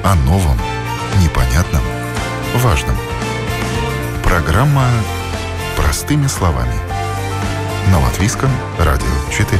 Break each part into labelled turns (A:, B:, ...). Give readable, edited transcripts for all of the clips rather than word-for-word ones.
A: О новом, непонятном, важном. Программа «Простыми словами» на Латвийском радио 4.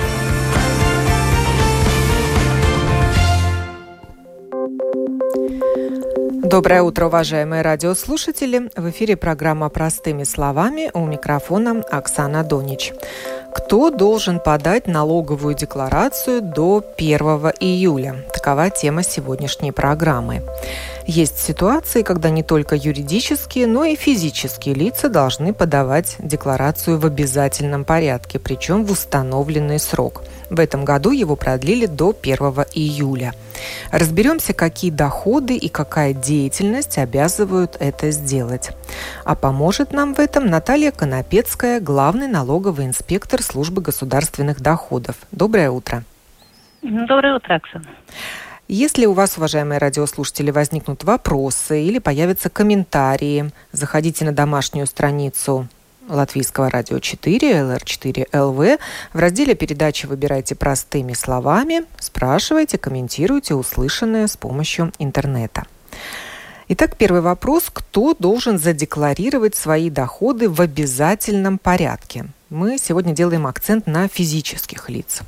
B: Доброе утро, уважаемые радиослушатели. В эфире программа «Простыми словами», у микрофона Оксана Донич. Кто должен подать налоговую декларацию до 1 июля? Такова тема сегодняшней программы. Есть ситуации, когда не только юридические, но и физические лица должны подавать декларацию в обязательном порядке, причем в установленный срок. В этом году его продлили до 1 июля. Разберемся, какие доходы и какая деятельность обязывают это сделать. А поможет нам в этом Наталья Конопецкая, главный налоговый инспектор Службы государственных доходов. Доброе утро.
C: Доброе утро, Оксана.
B: Если у вас, уважаемые радиослушатели, возникнут вопросы или появятся комментарии, заходите на домашнюю страницу Латвийского радио 4, LR4LV. В разделе передачи выбирайте «Простыми словами», спрашивайте, комментируйте услышанное с помощью интернета. Итак, первый вопрос. Кто должен задекларировать свои доходы в обязательном порядке? Мы сегодня делаем акцент на физических лиц.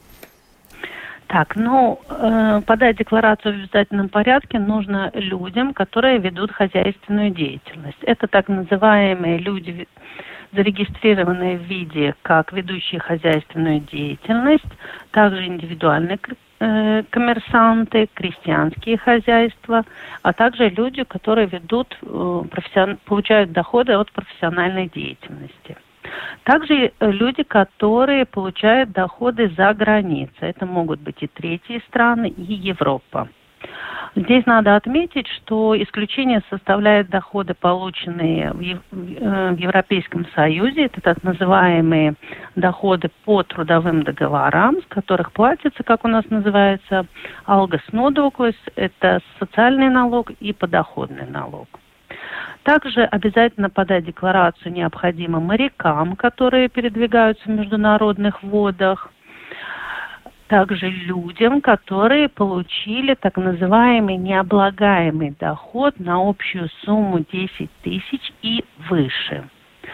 C: Так, подать декларацию в обязательном порядке нужно людям, которые ведут хозяйственную деятельность. Это так называемые люди, зарегистрированные в виде как ведущие хозяйственную деятельность, также индивидуальные коммерсанты, крестьянские хозяйства, а также люди, которые получают доходы от профессиональной деятельности. Также люди, которые получают доходы за границей. Это могут быть и третьи страны, и Европа. Здесь надо отметить, что исключение составляют доходы, полученные в Европейском Союзе. Это так называемые доходы по трудовым договорам, с которых платится, как у нас называется, алгас-нодоклис. Это социальный налог и подоходный налог. Также обязательно подать декларацию необходимо морякам, которые передвигаются в международных водах. Также людям, которые получили так называемый необлагаемый доход на общую сумму 10 тысяч и выше.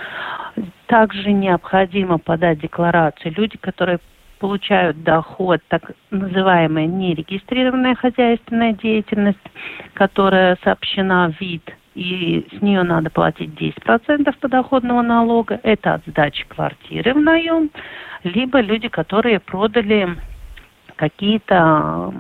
C: Также необходимо подать декларацию люди, которые получают доход, так называемая нерегистрированная хозяйственная деятельность, которая сообщена в вид, и с нее надо платить 10% подоходного налога. Это от сдачи квартиры в наем, либо люди, которые продали какие-то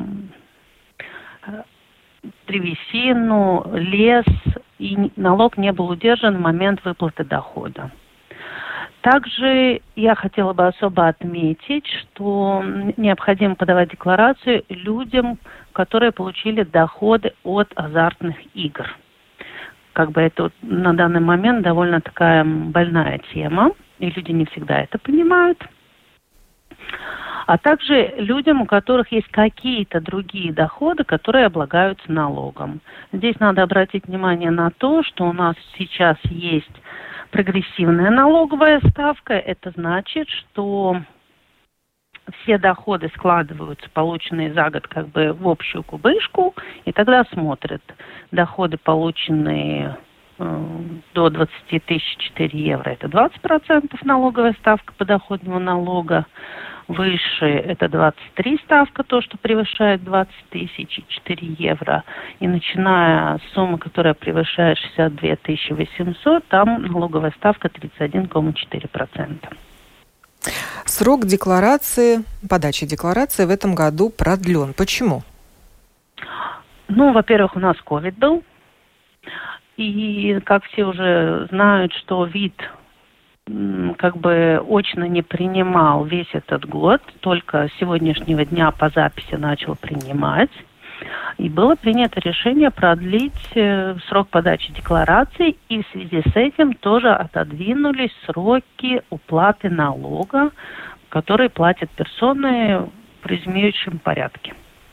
C: древесину, лес, и налог не был удержан в момент выплаты дохода. Также я хотела бы особо отметить, что необходимо подавать декларацию людям, которые получили доходы от азартных игр. Это на данный момент довольно такая больная тема, и люди не всегда это понимают. А также людям, у которых есть какие-то другие доходы, которые облагаются налогом. Здесь надо обратить внимание на то, что у нас сейчас есть прогрессивная налоговая ставка. Это значит, что все доходы складываются, полученные за год, в общую кубышку, и тогда смотрят доходы, полученные до 20 тысяч 4 евро, это 20% налоговая ставка подоходного налога. Выше это 23 ставка, то, что превышает 20 тысяч и 4 евро. И начиная с суммы, которая превышает 62 800, там налоговая ставка 31,4%.
B: Срок подачи декларации в этом году продлен. Почему?
C: Во-первых, у нас ковид был. И, как все уже знают, что вид очно не принимал весь этот год, только с сегодняшнего дня по записи начал принимать. И было принято решение продлить срок подачи деклараций, и в связи с этим тоже отодвинулись сроки уплаты налога, которые платят персоны в презумирующем порядке.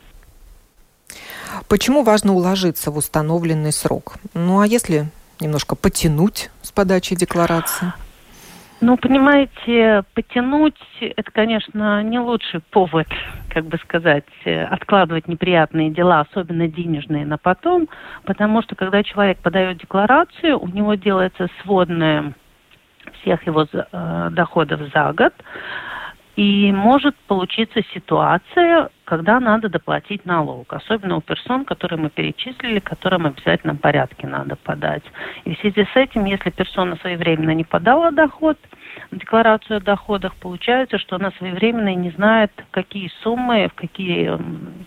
B: Почему важно уложиться в установленный срок? А если немножко потянуть с подачей декларации?
C: Ну, понимаете, потянуть – это, конечно, не лучший повод, как бы сказать, откладывать неприятные дела, особенно денежные, на потом, потому что, когда человек подает декларацию, у него делается сводная всех его доходов за год, и может получиться ситуация, когда надо доплатить налог. Особенно у персон, которые мы перечислили, которым в обязательном порядке надо подать. И в связи с этим, если персона своевременно не подала декларацию о доходах, получается, что она своевременно не знает, какие суммы, в какие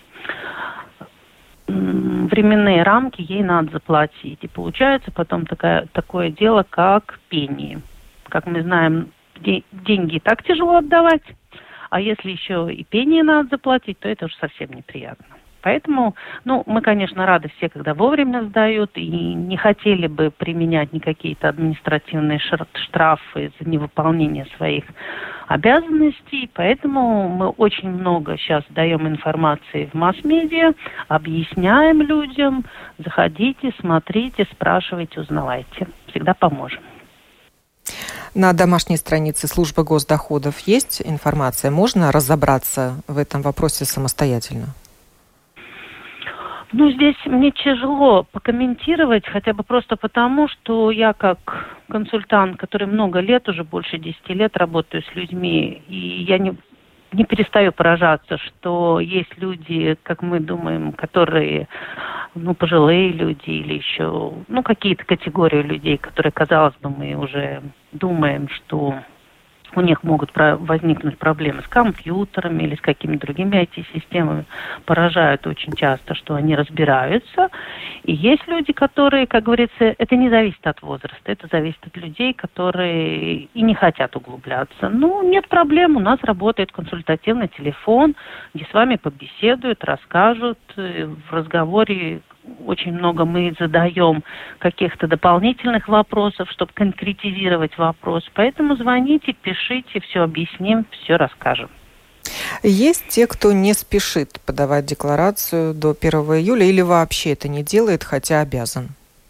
C: временные рамки ей надо заплатить. И получается потом такое дело, как пени. Как мы знаем, деньги и так тяжело отдавать, а если еще и пени надо заплатить, то это уже совсем неприятно. Поэтому, мы, конечно, рады все, когда вовремя сдают, и не хотели бы применять никакие-то административные штрафы за невыполнение своих обязанностей. Поэтому мы очень много сейчас даем информации в масс-медиа, объясняем людям, заходите, смотрите, спрашивайте, узнавайте. Всегда поможем.
B: На домашней странице службы госдоходов есть информация? Можно разобраться в этом вопросе самостоятельно?
C: Здесь мне тяжело покомментировать, хотя бы просто потому, что я как консультант, который много лет, уже больше 10 лет работаю с людьми, и я не перестаю поражаться, что есть люди, как мы думаем, которые, пожилые люди или еще, какие-то категории людей, которые, казалось бы, мы уже думаем, что у них могут возникнуть проблемы с компьютерами или с какими-то другими IT-системами. Поражают очень часто, что они разбираются. И есть люди, которые, как говорится, это не зависит от возраста, это зависит от людей, которые и не хотят углубляться. Нет проблем, у нас работает консультативный телефон, где с вами побеседуют, расскажут. В разговоре очень много мы задаем каких-то дополнительных вопросов, чтобы конкретизировать вопрос. Поэтому звоните, пишите, все объясним, все расскажем.
B: Есть те, кто не спешит подавать декларацию до 1 июля или вообще это не делает, хотя обязан?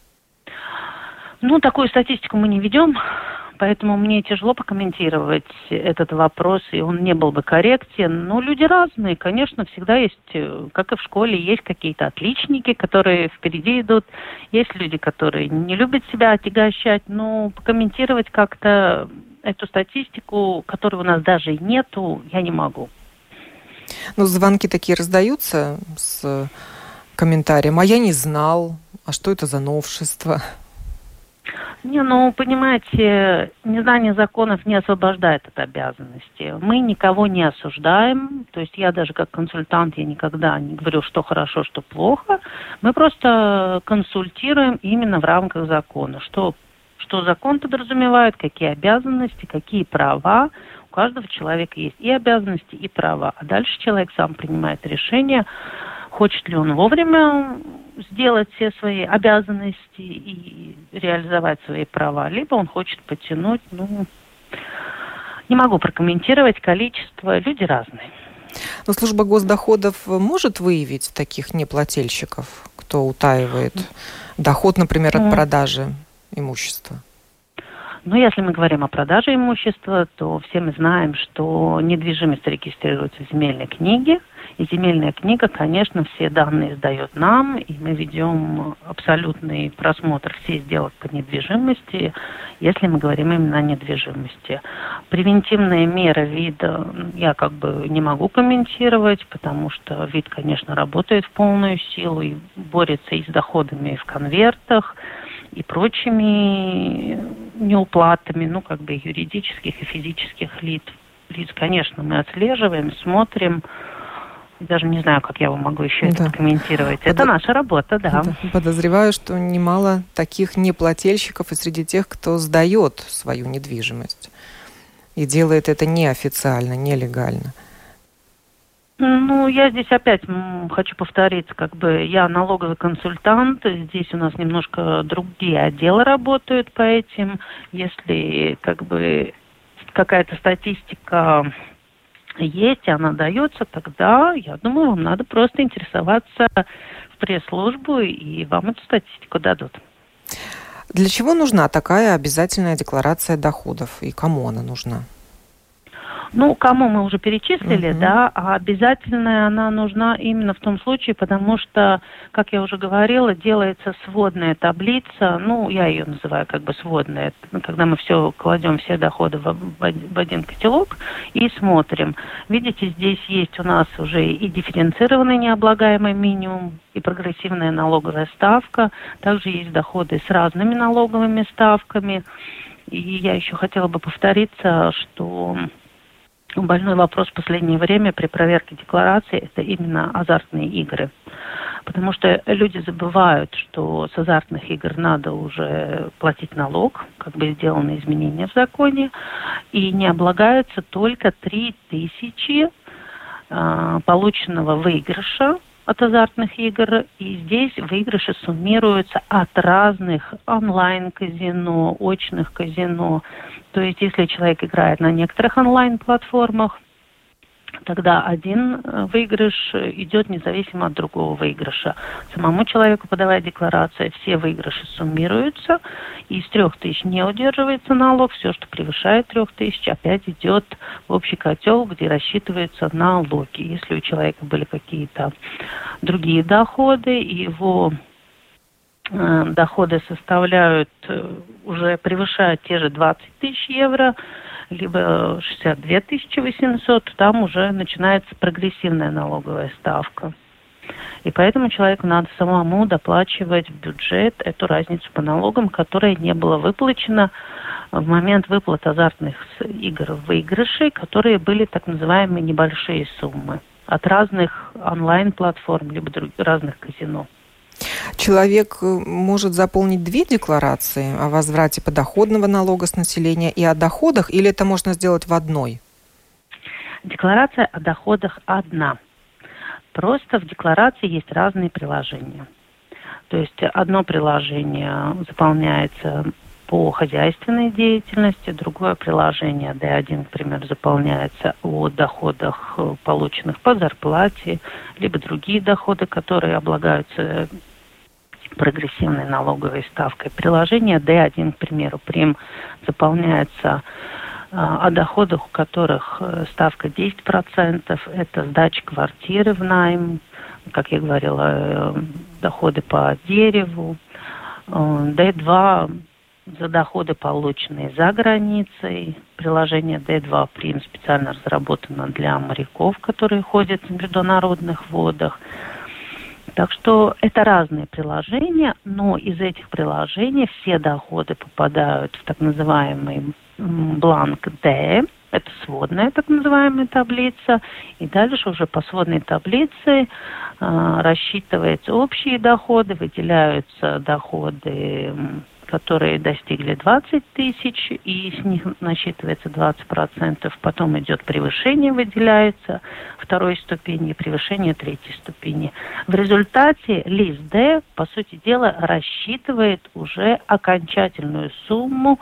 C: Такую статистику мы не ведем. Поэтому мне тяжело покомментировать этот вопрос, и он не был бы корректен. Люди разные, конечно, всегда есть, как и в школе, есть какие-то отличники, которые впереди идут. Есть люди, которые не любят себя отягощать. Покомментировать как-то эту статистику, которой у нас даже и нету, я не могу.
B: Звонки такие раздаются с комментарием: «А я не знал, а что это за новшество?»
C: Понимаете, незнание законов не освобождает от обязанностей. Мы никого не осуждаем. То есть я даже как консультант, я никогда не говорю, что хорошо, что плохо. Мы просто консультируем именно в рамках закона. Что закон подразумевает, какие обязанности, какие права. У каждого человека есть и обязанности, и права. А дальше человек сам принимает решение, хочет ли он вовремя сделать все свои обязанности и реализовать свои права, либо он хочет потянуть. Не могу прокомментировать количество, люди разные.
B: Но служба госдоходов может выявить таких неплательщиков, кто утаивает доход, например, от продажи имущества?
C: Если мы говорим о продаже имущества, то все мы знаем, что недвижимость регистрируется в земельной книге. И земельная книга, конечно, все данные сдает нам, и мы ведем абсолютный просмотр всех сделок по недвижимости, если мы говорим именно о недвижимости. Превентивные меры вида я не могу комментировать, потому что вид, конечно, работает в полную силу и борется и с доходами в конвертах, и прочими неуплатами, юридических и физических лиц. Конечно, мы отслеживаем, смотрим. Даже не знаю, как я вам могу еще это комментировать. Это наша работа, да.
B: Подозреваю, что немало таких неплательщиков и среди тех, кто сдает свою недвижимость и делает это неофициально, нелегально.
C: Я здесь опять хочу повториться, я налоговый консультант, здесь у нас немножко другие отделы работают по этим. Если какая-то статистика есть, и она дается, тогда, я думаю, вам надо просто интересоваться в пресс-службу, и вам эту статистику дадут.
B: Для чего нужна такая обязательная декларация доходов и кому она нужна?
C: Ну, кому мы уже перечислили, да, а обязательная она нужна именно в том случае, потому что, как я уже говорила, делается сводная таблица, ну, я ее называю как бы сводная, когда мы кладем все доходы в один котелок и смотрим. Видите, здесь есть у нас уже и дифференцированный необлагаемый минимум, и прогрессивная налоговая ставка, также есть доходы с разными налоговыми ставками. И я еще хотела бы повториться, что больной вопрос в последнее время при проверке декларации – это именно азартные игры. Потому что люди забывают, что с азартных игр надо уже платить налог, как бы сделаны изменения в законе, и не облагаются только 3000 полученного выигрыша от азартных игр, и здесь выигрыши суммируются от разных онлайн-казино, очных казино. То есть, если человек играет на некоторых онлайн-платформах, тогда один выигрыш идет независимо от другого выигрыша. Самому человеку, подавая декларацию, все выигрыши суммируются, и из 3000 не удерживается налог, все, что превышает 3000, опять идет в общий котел, где рассчитываются налоги. Если у человека были какие-то другие доходы, и его доходы составляют, уже превышают те же 20 тысяч евро, либо 62 800, то там уже начинается прогрессивная налоговая ставка. И поэтому человеку надо самому доплачивать в бюджет эту разницу по налогам, которая не была выплачена в момент выплат азартных игр выигрышей, которые были так называемые небольшие суммы от разных онлайн-платформ, либо разных казино.
B: Человек может заполнить 2 декларации о возврате подоходного налога с населения и о доходах, или это можно сделать в одной?
C: Декларация о доходах одна. Просто в декларации есть разные приложения. То есть одно приложение заполняется по хозяйственной деятельности, другое приложение D1, к примеру, заполняется о доходах, полученных по зарплате, либо другие доходы, которые облагаются прогрессивной налоговой ставкой. Приложение D1, к примеру, прим заполняется о доходах, у которых ставка 10%. Это сдача квартиры в найм, как я говорила, доходы по дереву. D2 за доходы, полученные за границей. Приложение D2 прим специально разработано для моряков, которые ходят в международных водах. Так что это разные приложения, но из этих приложений все доходы попадают в так называемый бланк D. Это сводная так называемая таблица. И дальше уже по сводной таблице рассчитываются общие доходы, выделяются доходы, которые достигли 20 тысяч, и с них насчитывается 20%. Потом идет превышение, выделяется второй ступени, превышение третьей ступени. В результате лист D, по сути дела, рассчитывает уже окончательную сумму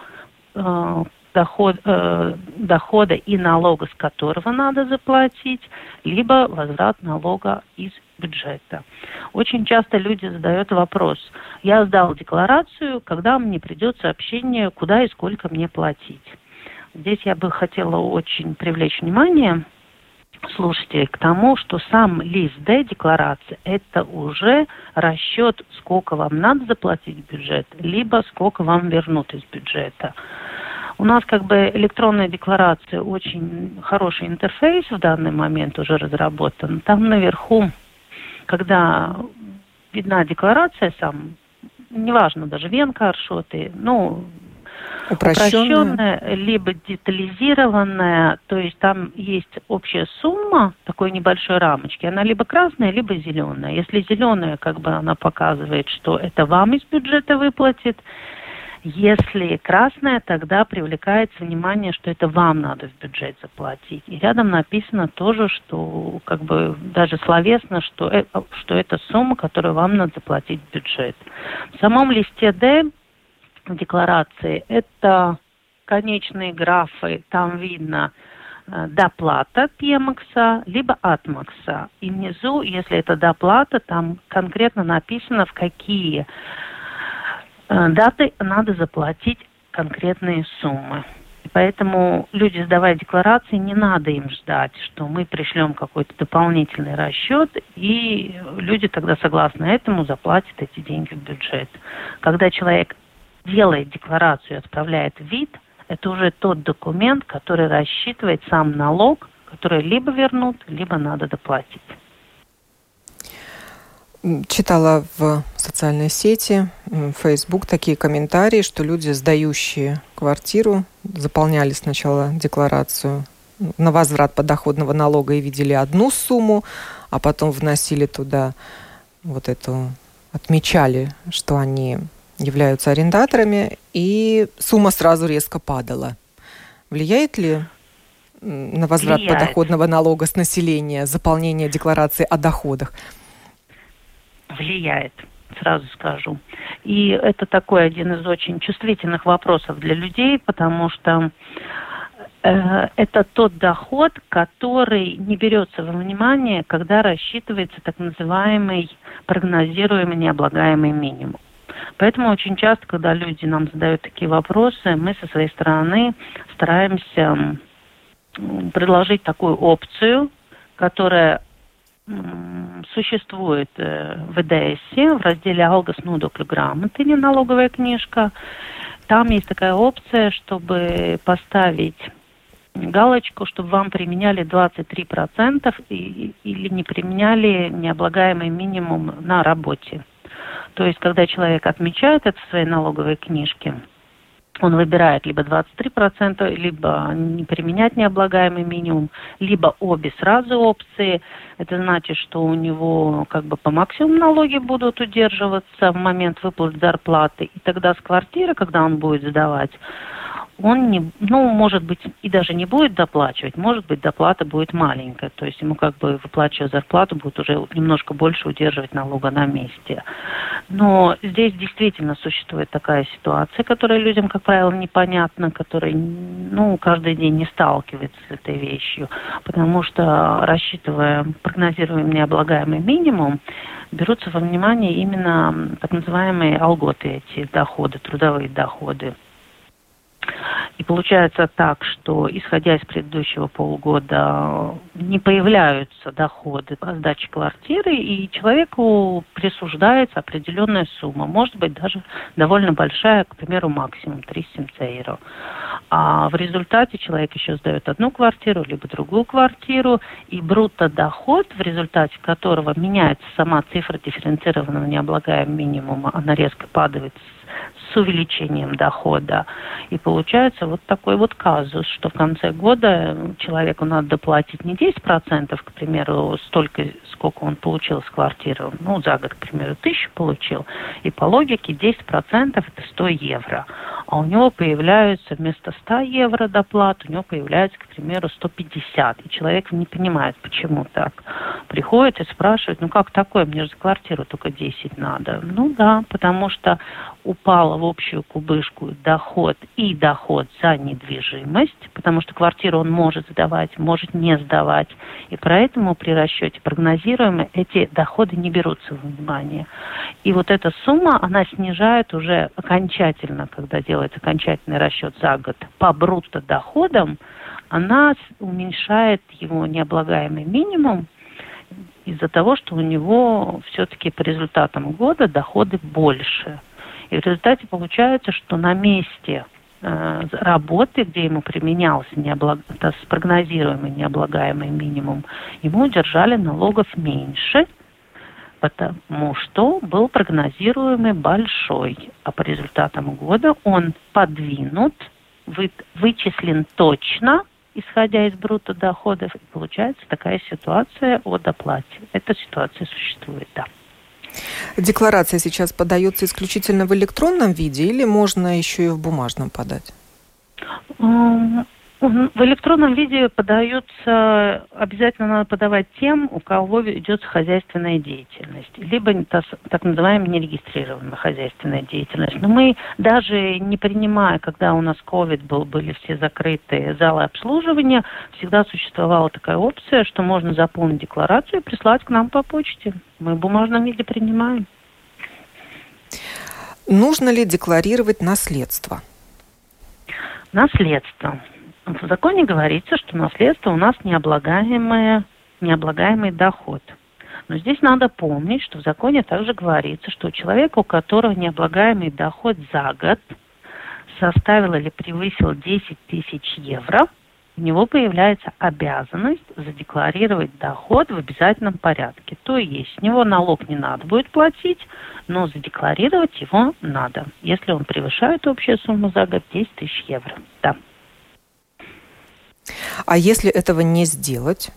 C: дохода и налога, с которого надо заплатить, либо возврат налога из бюджета. Очень часто люди задают вопрос: я сдал декларацию, когда мне придет сообщение, куда и сколько мне платить. Здесь я бы хотела очень привлечь внимание слушателей к тому, что сам лист D декларации – это уже расчет, сколько вам надо заплатить в бюджет, либо сколько вам вернут из бюджета. У нас как бы электронная декларация, очень хороший интерфейс в данный момент уже разработан. Там наверху, когда видна декларация, неважно, даже венкаршоты, упрощенная, либо детализированная, то есть там есть общая сумма такой небольшой рамочки, она либо красная, либо зеленая. Если зеленая, как бы она показывает, что это вам из бюджета выплатит. Если красная, тогда привлекается внимание, что это вам надо в бюджет заплатить. И рядом написано тоже, что как бы даже словесно, что это сумма, которую вам надо заплатить в бюджет. В самом листе D в декларации это конечные графы, там видно доплата Пемакса, либо Атмакса. И внизу, если это доплата, там конкретно написано, в какие даты надо заплатить конкретные суммы. Поэтому люди, сдавая декларации, не надо им ждать, что мы пришлем какой-то дополнительный расчет, и люди тогда, согласно этому, заплатят эти деньги в бюджет. Когда человек делает декларацию и отправляет в вид, это уже тот документ, который рассчитывает сам налог, который либо вернут, либо надо доплатить.
B: Читала в социальной сети, в Facebook, такие комментарии, что люди, сдающие квартиру, заполняли сначала декларацию на возврат подоходного налога и видели одну сумму, а потом вносили туда вот эту, отмечали, что они являются арендаторами, и сумма сразу резко падала. Влияет ли на возврат подоходного налога с населения заполнение декларации о доходах?
C: Влияет, сразу скажу. И это такой один из очень чувствительных вопросов для людей, потому что это тот доход, который не берется во внимание, когда рассчитывается так называемый прогнозируемый необлагаемый минимум. Поэтому очень часто, когда люди нам задают такие вопросы, мы со своей стороны стараемся предложить такую опцию, которая существует в ЕДС, в разделе «Алгас нодокļu grāmatiņa», налоговая книжка. Там есть такая опция, чтобы поставить галочку, чтобы вам применяли 23% или не применяли необлагаемый минимум на работе. То есть, когда человек отмечает это в своей налоговой книжке, он выбирает либо 23%, либо не применять необлагаемый минимум, либо обе сразу опции. Это значит, что у него как бы по максимуму налоги будут удерживаться в момент выплаты зарплаты. И тогда с квартиры, когда он будет сдавать, он не, может быть, и даже не будет доплачивать, может быть, доплата будет маленькая, то есть ему как бы, выплачивая зарплату, будет уже немножко больше удерживать налога на месте. Но здесь действительно существует такая ситуация, которая людям, как правило, непонятна, которые, каждый день не сталкиваются с этой вещью, потому что, рассчитывая прогнозируемый необлагаемый минимум, берутся во внимание именно так называемые алготы, эти доходы, трудовые доходы. И получается так, что, исходя из предыдущего полугода, не появляются доходы по сдаче квартиры, и человеку присуждается определенная сумма. Может быть, даже довольно большая, к примеру, максимум 300 евро. А в результате человек еще сдает одну квартиру, либо другую квартиру, и брутто-доход, в результате которого меняется сама цифра дифференцированного необлагаемого минимума, она резко падает с увеличением дохода. И получается вот такой вот казус, что в конце года человеку надо доплатить не 10%, к примеру, столько, сколько он получил с квартиры, за год, к примеру, 1000 получил, и по логике 10% это 100 евро. А у него появляются вместо 100 евро доплат, у него появляется, к примеру, 150. И человек не понимает, почему так. Приходит и спрашивает, как такое, мне же за квартиру только 10 надо. Да, потому что упала в общую кубышку доход и доход за недвижимость, потому что квартиру он может сдавать, может не сдавать. И поэтому при расчете прогнозируемо эти доходы не берутся во внимание. И вот эта сумма, она снижает уже окончательно, когда делается окончательный расчет за год по брутто доходам, она уменьшает его необлагаемый минимум из-за того, что у него все-таки по результатам года доходы больше. И в результате получается, что на месте работы, где ему применялся спрогнозируемый необлагаемый минимум, ему удержали налогов меньше, потому что был прогнозируемый большой. А по результатам года он подвинут, вычислен точно, исходя из брутто доходов, и получается такая ситуация о доплате. Эта ситуация существует, да.
B: Декларация сейчас подается исключительно в электронном виде или можно еще и в бумажном подать?
C: В электронном виде подаются, обязательно надо подавать тем, у кого ведется хозяйственная деятельность, либо так называемая нерегистрированная хозяйственная деятельность. Но мы даже не принимая, когда у нас COVID был, были все закрытые залы обслуживания, всегда существовала такая опция, что можно заполнить декларацию и прислать к нам по почте. Мы в бумажном виде принимаем.
B: Нужно ли декларировать наследство?
C: Наследство. В законе говорится, что наследство у нас необлагаемый доход. Но здесь надо помнить, что в законе также говорится, что у человека, у которого необлагаемый доход за год составил или превысил 10 тысяч евро, у него появляется обязанность задекларировать доход в обязательном порядке. То есть с него налог не надо будет платить, но задекларировать его надо, если он превышает общую сумму за год 10 тысяч евро. Да.
B: А если этого не сделать?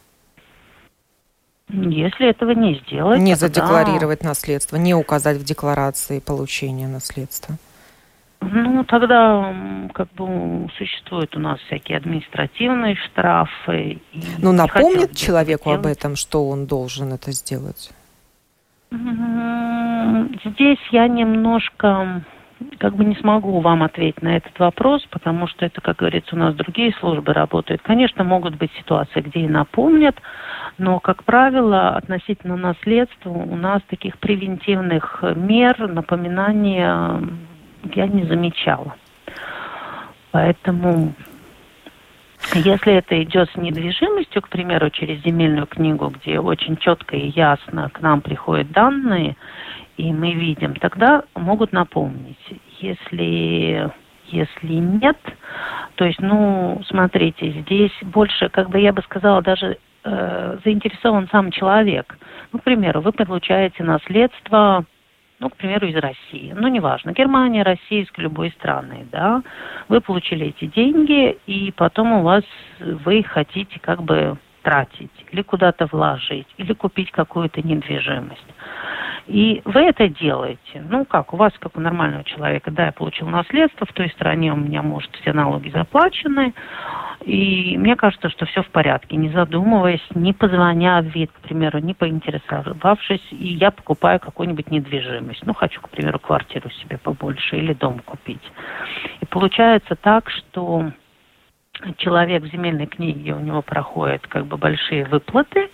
C: Если этого не сделать...
B: Не задекларировать наследство, не указать в декларации получения наследства?
C: Ну, тогда существуют у нас всякие административные штрафы.
B: Ну, напомнит человеку об этом, что он должен это сделать?
C: Здесь я немножко не смогу вам ответить на этот вопрос, потому что это, как говорится, у нас другие службы работают. Конечно, могут быть ситуации, где и напомнят, но, как правило, относительно наследства у нас таких превентивных мер, напоминания я не замечала. Поэтому, если это идет с недвижимостью, к примеру, через земельную книгу, где очень четко и ясно к нам приходят данные, и мы видим, тогда могут напомнить. Если нет, то есть, смотрите, здесь больше, я бы сказала, даже заинтересован сам человек. К примеру, вы получаете наследство, к примеру, из России. Неважно, Германия, Россия, из любой страны, да. Вы получили эти деньги, и потом вы их хотите тратить, или куда-то вложить, или купить какую-то недвижимость. И вы это делаете. У вас, как у нормального человека, да, я получил наследство, в той стране у меня, может, все налоги заплачены, и мне кажется, что все в порядке, не задумываясь, не позвоня в вид, к примеру, не поинтересовавшись, и я покупаю какую-нибудь недвижимость. Хочу, к примеру, квартиру себе побольше или дом купить. И получается так, что человек в земельной книге, у него проходят большие выплаты,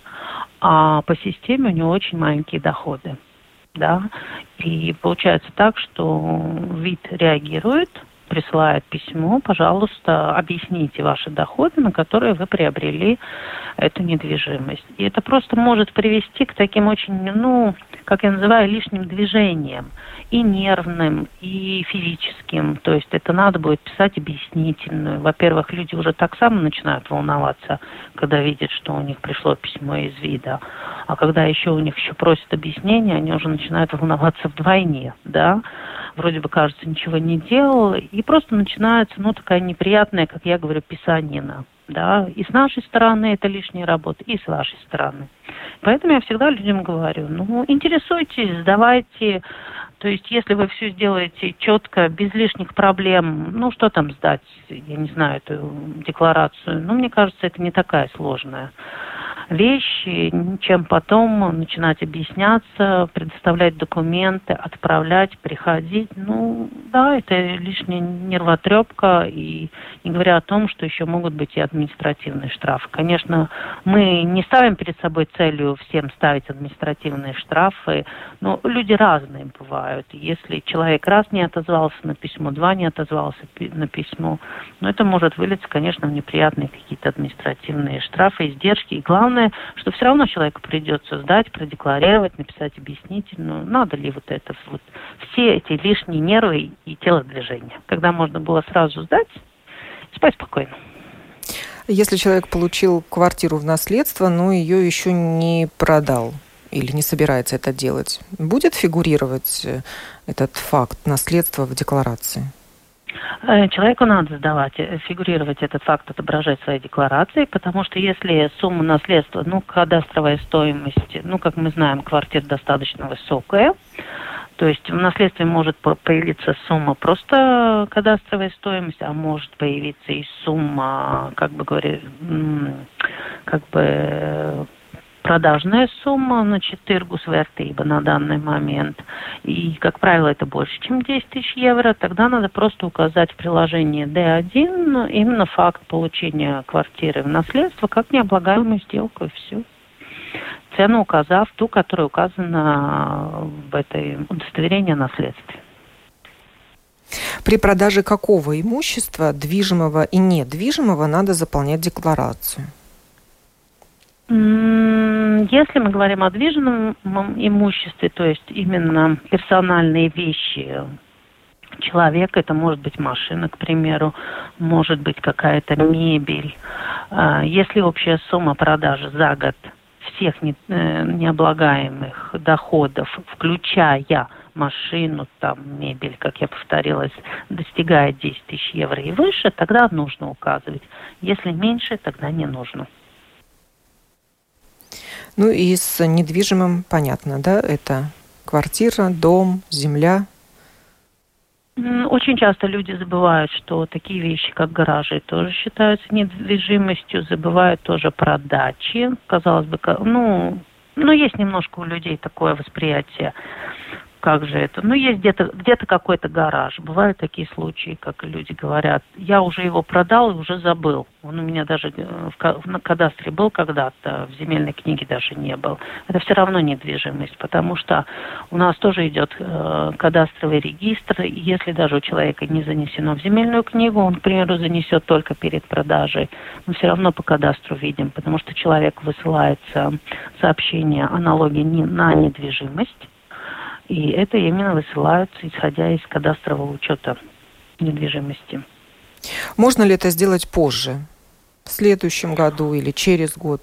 C: а по системе у него очень маленькие доходы. Да? И получается так, что вид реагирует, присылает письмо, пожалуйста, объясните ваши доходы, на которые вы приобрели эту недвижимость. И это просто может привести к таким очень, как я называю, лишним движениям. И нервным, и физическим. То есть это надо будет писать объяснительную. Во-первых, люди уже так сами начинают волноваться, когда видят, что у них пришло письмо из ВИДа. А когда у них просят объяснения, они уже начинают волноваться вдвойне, да. Вроде бы, кажется, ничего не делал. И просто начинается, такая неприятная, как я говорю, писанина. Да, и с нашей стороны это лишняя работа, и с вашей стороны. Поэтому я всегда людям говорю, интересуйтесь, сдавайте. То есть, если вы все сделаете четко, без лишних проблем, что там сдать, я не знаю, эту декларацию, мне кажется, это не такая сложная вещь, чем потом начинать объясняться, предоставлять документы, отправлять, приходить. Да, это лишняя нервотрепка, и не говоря о том, что еще могут быть и административные штрафы. Конечно, мы не ставим перед собой целью всем ставить административные штрафы, но люди разные бывают. Если человек раз не отозвался на письмо, два не отозвался на письмо, это может вылиться, конечно, в неприятные какие-то административные штрафы, издержки. И главное, что все равно человеку придется сдать, продекларировать, написать объяснительную. Надо ли все эти лишние нервы и телодвижения, когда можно было сразу сдать, спать спокойно.
B: Если человек получил квартиру в наследство, но ее еще не продал или не собирается это делать, будет фигурировать этот факт наследства в декларации?
C: Человеку надо фигурировать этот факт, отображать в своей декларации, потому что если сумма наследства, кадастровая стоимость, как мы знаем, квартира достаточно высокая, то есть в наследстве может появиться сумма просто кадастровая стоимость, а может появиться и сумма, продажная сумма, тиргусвērtība на данный момент. И, как правило, это больше, чем 10 тысяч евро. Тогда надо просто указать в приложении D1 именно факт получения квартиры в наследство как необлагаемую сделку, и все. Цену указав ту, которая указана в этой удостоверении о наследстве.
B: При продаже какого имущества, движимого и недвижимого, надо заполнять декларацию?
C: Если мы говорим о движимом имуществе, то есть именно персональные вещи человека, это может быть машина, к примеру, может быть какая-то мебель. Если общая сумма продажи за год всех необлагаемых доходов, включая машину, там, мебель, как я повторилась, достигает 10 тысяч евро и выше, тогда нужно указывать. Если меньше, тогда не нужно.
B: Ну и с недвижимым понятно, да? Это квартира, дом, земля.
C: Очень часто люди забывают, что такие вещи, как гаражи, тоже считаются недвижимостью, забывают тоже про дачи. Казалось бы, есть немножко у людей такое восприятие. Как же это? Есть где-то какой-то гараж. Бывают такие случаи, как люди говорят, я уже его продал и уже забыл. Он у меня даже на кадастре был когда-то, в земельной книге даже не был. Это все равно недвижимость, потому что у нас тоже идет кадастровый регистр. И если даже у человека не занесено в земельную книгу, он, к примеру, занесет только перед продажей, мы все равно по кадастру видим, потому что человек высылается сообщение о налоге на недвижимость. И это именно высылаются, исходя из кадастрового учета недвижимости.
B: Можно ли это сделать позже? В следующем году или через год?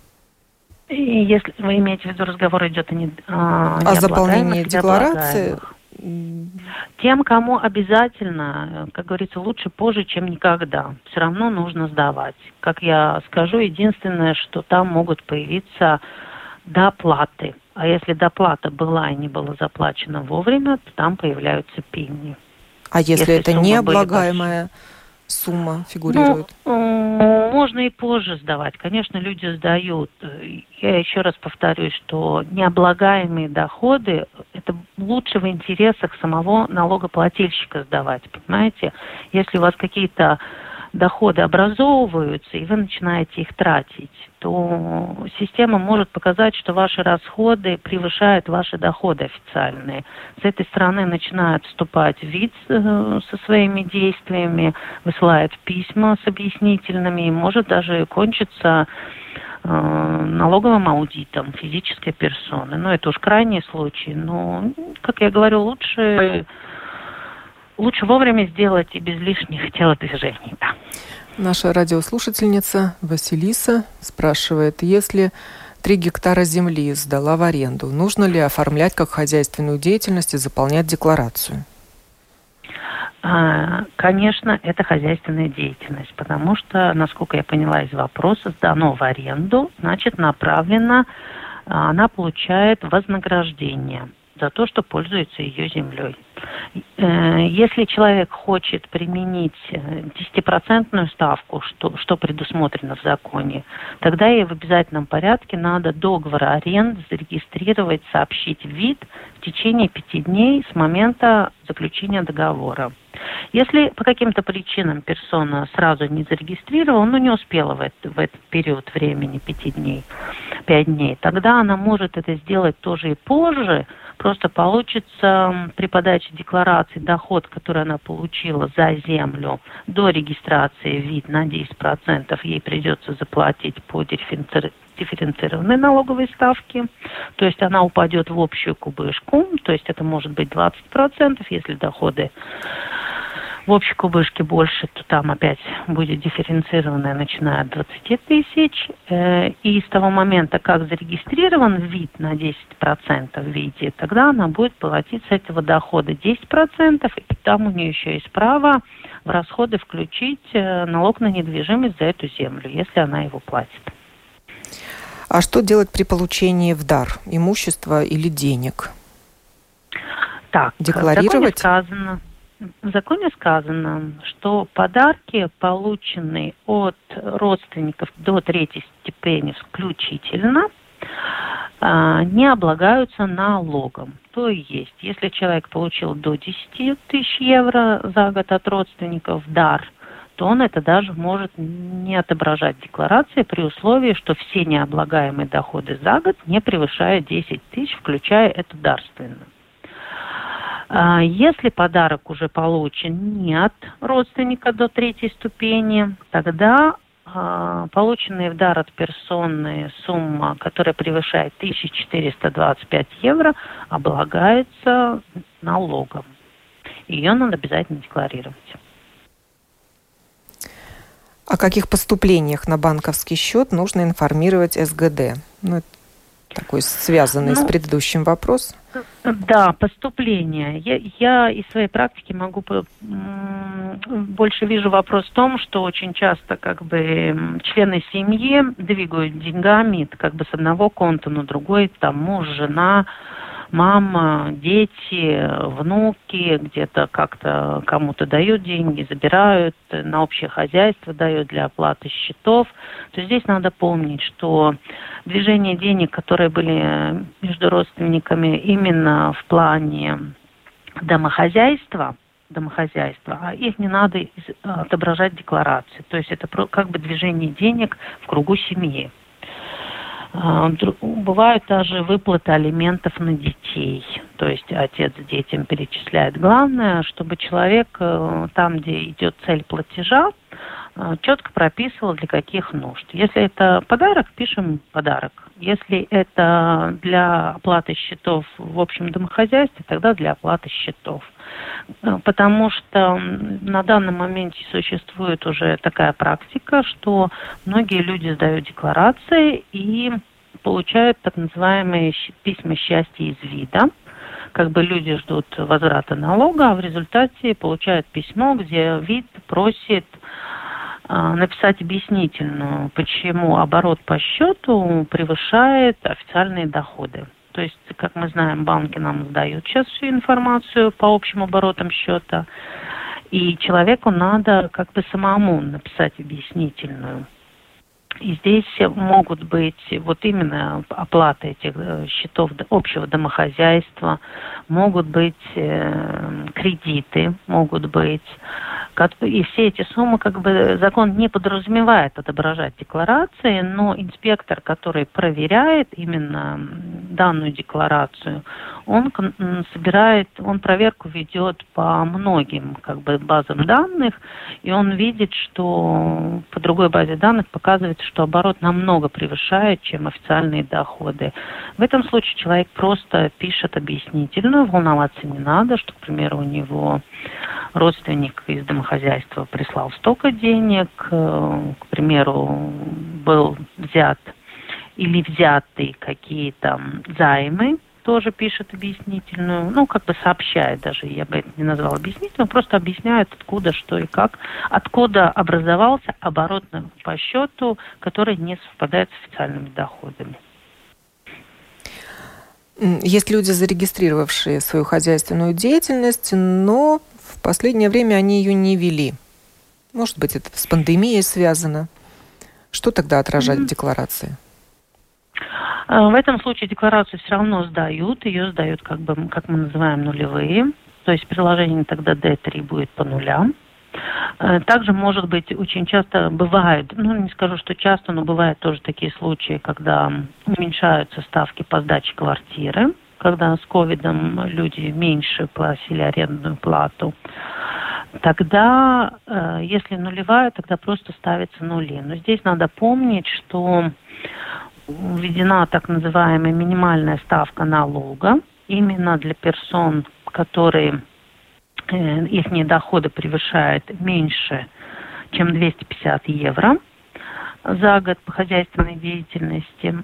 C: И если вы имеете в виду, разговор идет
B: о заполнении декларации?
C: Тем, кому обязательно, как говорится, лучше позже, чем никогда. Все равно нужно сдавать. Как я скажу, единственное, что там могут появиться доплаты. А если доплата была и не была заплачена вовремя, то там появляются пени.
B: А если это необлагаемая сумма фигурирует?
C: Можно и позже сдавать. Конечно, люди сдают. Я еще раз повторюсь, что необлагаемые доходы – это лучше в интересах самого налогоплательщика сдавать. Понимаете? Если у вас какие-то доходы образовываются, и вы начинаете их тратить, то система может показать, что ваши расходы превышают ваши доходы официальные. С этой стороны начинает вступать ВИЦ со своими действиями, высылает письма с объяснительными, и может даже кончиться налоговым аудитом физической персоны. Это уж крайний случай. Но, как я говорю, лучше вовремя сделать и без лишних телодвижений. Да.
B: Наша радиослушательница Василиса спрашивает, если 3 гектара земли сдала в аренду, нужно ли оформлять как хозяйственную деятельность и заполнять декларацию?
C: Конечно, это хозяйственная деятельность, потому что, насколько я поняла из вопроса, сдано в аренду, значит, направлено, она получает вознаграждение за то, что пользуется ее землей. Если человек хочет применить 10% ставку, что предусмотрено в законе, тогда ей в обязательном порядке надо договор аренды зарегистрировать, сообщить в ВИД в течение 5 дней с момента заключения договора. Если по каким-то причинам персона сразу не зарегистрировала, не успела в этот период времени 5 дней, тогда она может это сделать тоже и позже. Просто получится при подаче декларации доход, который она получила за землю до регистрации в ВИД на 10%, ей придется заплатить по дифференцированной налоговой ставке. То есть она упадет в общую кубышку, то есть это может быть 20%, если доходы в общей кубышке больше, то там опять будет дифференцированная, начиная от 20 тысяч. И с того момента, как зарегистрирован вид на 10% в виде, тогда она будет платить с этого дохода 10%, и там у нее еще есть право в расходы включить налог на недвижимость за эту землю, если она его платит.
B: А что делать при получении в дар имущества или денег?
C: Так,
B: декларировать?
C: В законе сказано, что подарки, полученные от родственников до 3-й степени включительно, не облагаются налогом. То есть, если человек получил до 10 тысяч евро за год от родственников в дар, то он это даже может не отображать в декларации при условии, что все необлагаемые доходы за год не превышают 10 тысяч, включая это дарственное. Если подарок уже получен не от родственника до 3-й ступени, тогда полученная в дар от персоны сумма, которая превышает 1425 евро, облагается налогом. Ее надо обязательно декларировать.
B: О каких поступлениях на банковский счет нужно информировать СГД? Это такой связанный с предыдущим вопрос.
C: Да, поступления. Я из своей практики могу больше вижу вопрос в том, что очень часто члены семьи двигают деньгами с одного конта на другой, муж, жена, мама, дети, внуки, где-то как-то кому-то дают деньги, забирают, на общее хозяйство дают для оплаты счетов. То есть здесь надо помнить, что движение денег, которые были между родственниками именно в плане домохозяйства, их не надо отображать в декларации. То есть это движение денег в кругу семьи. Бывают даже выплаты алиментов на детей. То есть отец детям перечисляет. Главное, чтобы человек там, где идет цель платежа, четко прописывал, для каких нужд. Если это подарок, пишем подарок. Если это для оплаты счетов в общем домохозяйстве, тогда для оплаты счетов. Потому что на данном моменте существует уже такая практика, что многие люди сдают декларации и получают так называемые письма счастья из вида. Люди ждут возврата налога, а в результате получают письмо, где вид просит написать объяснительную, почему оборот по счету превышает официальные доходы. То есть, как мы знаем, банки нам сдают сейчас всю информацию по общим оборотам счета, и человеку надо самому написать объяснительную. И здесь могут быть именно оплата этих счетов общего домохозяйства, могут быть кредиты, могут быть... И все эти суммы закон не подразумевает отображать декларации, но инспектор, который проверяет именно данную декларацию, он проверку ведет по многим базам данных, и он видит, что по другой базе данных показывается, что оборот намного превышает, чем официальные доходы. В этом случае человек просто пишет объяснительную, волноваться не надо, что, к примеру, у него родственник из домохозяйства прислал столько денег, к примеру, был взят или взяты какие-то займы, тоже пишет объяснительную, сообщает даже, я бы это не назвала объяснительную, просто объясняет, откуда, что и как, откуда образовался оборот по счету, который не совпадает с официальными доходами.
B: Есть люди, зарегистрировавшие свою хозяйственную деятельность, но в последнее время они ее не вели. Может быть, это с пандемией связано. Что тогда отражать в декларации?
C: В этом случае декларацию все равно сдают. Ее сдают, как мы называем, нулевые. То есть приложение тогда D3 будет по нулям. Также, может быть, очень часто бывает, не скажу, что часто, но бывают тоже такие случаи, когда уменьшаются ставки по сдаче квартиры, когда с ковидом люди меньше платили арендную плату. Тогда, если нулевая, тогда просто ставятся нули. Но здесь надо помнить, что введена так называемая минимальная ставка налога именно для персон, которые их доходы превышают меньше, чем 250 евро за год по хозяйственной деятельности,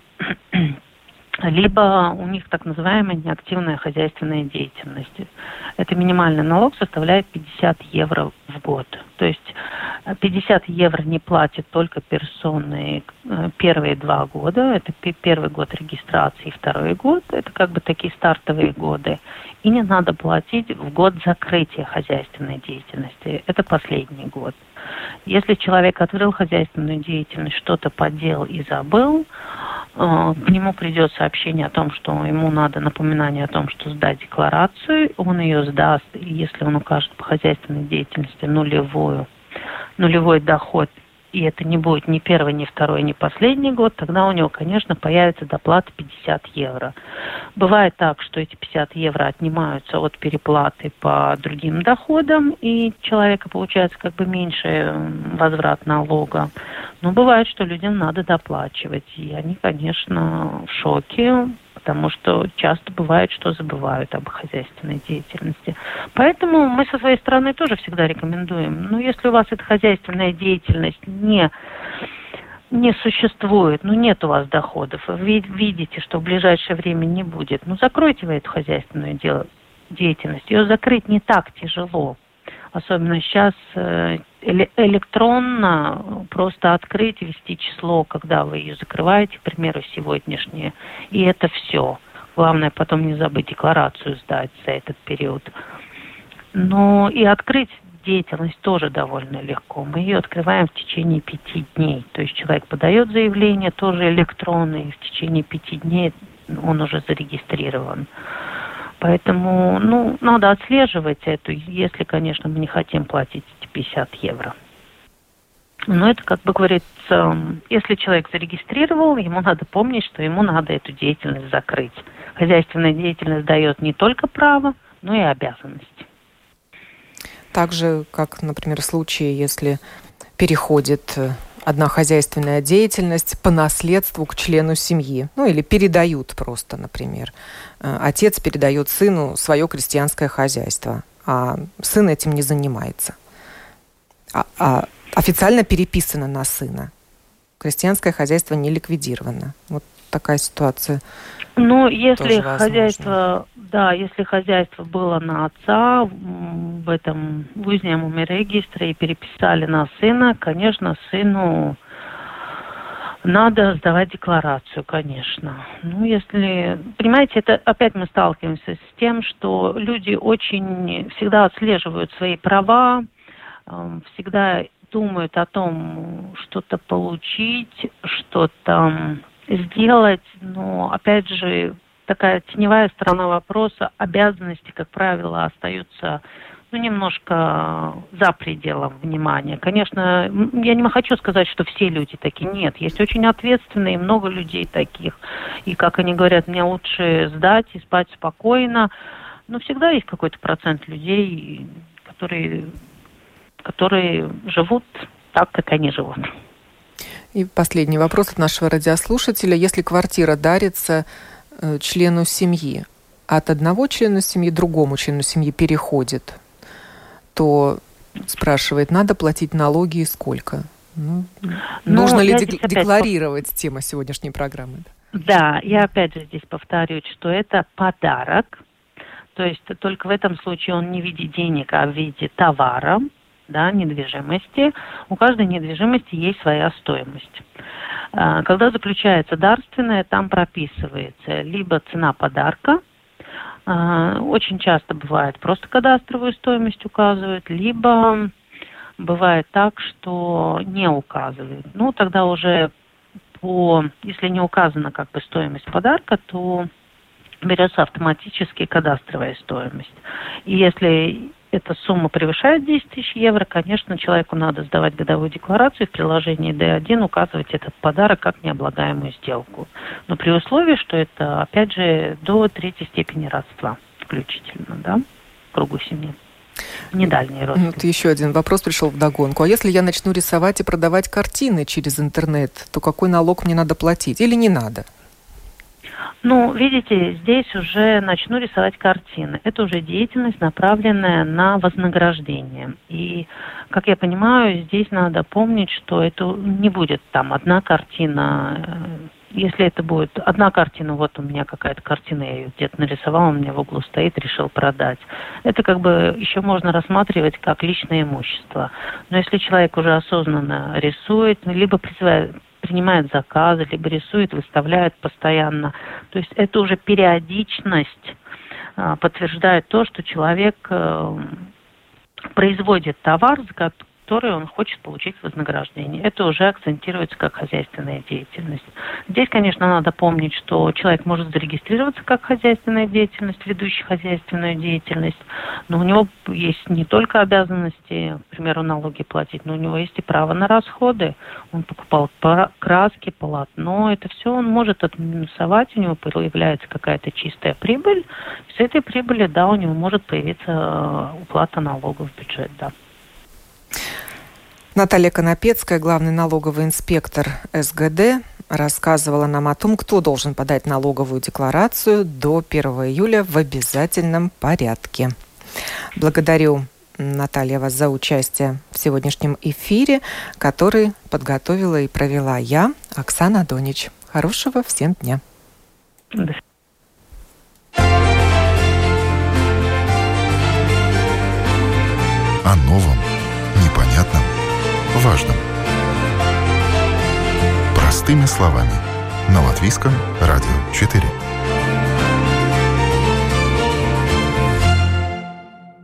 C: либо у них так называемая неактивная хозяйственная деятельность. Это минимальный налог составляет 50 евро в год. То есть 50 евро не платят только персоны первые 2 года. Это первый год регистрации и второй год. Это такие стартовые годы. И не надо платить в год закрытия хозяйственной деятельности. Это последний год. Если человек открыл хозяйственную деятельность, что-то поделал и забыл, к нему придет сообщение о том, что ему надо напоминание о том, что сдать декларацию. Он ее сдаст, и если он укажет по хозяйственной деятельности нулевой доход и это не будет ни первый, ни второй, ни последний год, тогда у него, конечно, появится доплата 50 евро. Бывает так, что эти 50 евро отнимаются от переплаты по другим доходам, и человека получается как бы меньше возврат налога. Но бывает, что людям надо доплачивать, и они, конечно, в шоке, потому что часто бывает, что забывают об хозяйственной деятельности. Поэтому мы со своей стороны тоже всегда рекомендуем. Но если у вас эта хозяйственная деятельность не существует, нет у вас доходов, вы видите, что в ближайшее время не будет, закройте вы эту хозяйственную деятельность. Ее закрыть не так тяжело. Особенно сейчас электронно просто открыть, ввести число, когда вы ее закрываете, к примеру, сегодняшнее. И это все. Главное потом не забыть декларацию сдать за этот период. Но и открыть деятельность тоже довольно легко. Мы ее открываем в течение 5 дней. То есть человек подает заявление, тоже электронно, и в течение 5 дней он уже зарегистрирован. Поэтому, надо отслеживать это, если, конечно, мы не хотим платить эти 50 евро. Но это, как бы говорится, если человек зарегистрировал, ему надо помнить, что ему надо эту деятельность закрыть. Хозяйственная деятельность дает не только право, но и обязанности.
B: Так же, как, например, в случае, если переходит одна хозяйственная деятельность по наследству к члену семьи. Или передают просто, например. Отец передает сыну свое крестьянское хозяйство, а сын этим не занимается. А официально переписано на сына. Крестьянское хозяйство не ликвидировано. Вот такая ситуация.
C: Если хозяйство было на отца в узнемом регистре и переписали на сына, конечно, сыну надо сдавать декларацию, конечно. Понимаете, это опять мы сталкиваемся с тем, что люди очень всегда отслеживают свои права, всегда думают о том, что-то получить, что-то сделать, но, опять же, такая теневая сторона вопроса, обязанности, как правило, остаются немножко за пределом внимания. Конечно, я не хочу сказать, что все люди такие. Нет, есть очень ответственные, много людей таких. И, как они говорят, мне лучше сдать и спать спокойно. Но всегда есть какой-то процент людей, которые живут так, как они живут.
B: И последний вопрос от нашего радиослушателя. Если квартира дарится члену семьи, от одного члена семьи другому члену семьи переходит, то, спрашивает, надо платить налоги и сколько? Нужно ли декларировать тема сегодняшней программы?
C: Да, я опять же здесь повторюсь, что это подарок. То есть только в этом случае он не в виде денег, а в виде товара, недвижимости. У каждой недвижимости есть своя стоимость. Когда заключается дарственное, там прописывается либо цена подарка, очень часто бывает просто кадастровую стоимость указывают, либо бывает так, что не указывают. Тогда уже если не указана стоимость подарка, то берется автоматически кадастровая стоимость. И если эта сумма превышает 10 тысяч евро, конечно, человеку надо сдавать годовую декларацию, в приложении D1 указывать этот подарок как необлагаемую сделку. Но при условии, что это, опять же, до 3-й степени родства включительно, в кругу семьи. Не дальние родственники.
B: Еще один вопрос пришел вдогонку. А если я начну рисовать и продавать картины через интернет, то какой налог мне надо платить или не надо?
C: Видите, здесь уже начну рисовать картины. Это уже деятельность, направленная на вознаграждение. И, как я понимаю, здесь надо помнить, что это не будет одна картина. Если это будет одна картина, вот у меня какая-то картина, я ее где-то нарисовала, у меня в углу стоит, решил продать. Это еще можно рассматривать как личное имущество. Но если человек уже осознанно рисует, либо принимает заказы, либо рисует, выставляет постоянно. То есть это уже периодичность подтверждает то, что человек производит товар, то которой он хочет получить вознаграждение. Это уже акцентируется как хозяйственная деятельность. Здесь, конечно, надо помнить, что человек может зарегистрироваться как хозяйственная деятельность, ведущий хозяйственную деятельность, но у него есть не только обязанности, к примеру, налоги платить, но у него есть и право на расходы. Он покупал краски, полотно, это все он может отминусовать, у него появляется какая-то чистая прибыль. С этой прибыли, да, у него может появиться уплата налогов в бюджет, да.
B: Наталья Конопецкая, главный налоговый инспектор СГД, рассказывала нам о том, кто должен подать налоговую декларацию до 1 июля в обязательном порядке. Благодарю, Наталья, вас за участие в сегодняшнем эфире, который подготовила и провела я, Оксана Донич. Хорошего всем дня.
A: О новом, непонятном, важном. Простыми словами. На Латвийском радио 4.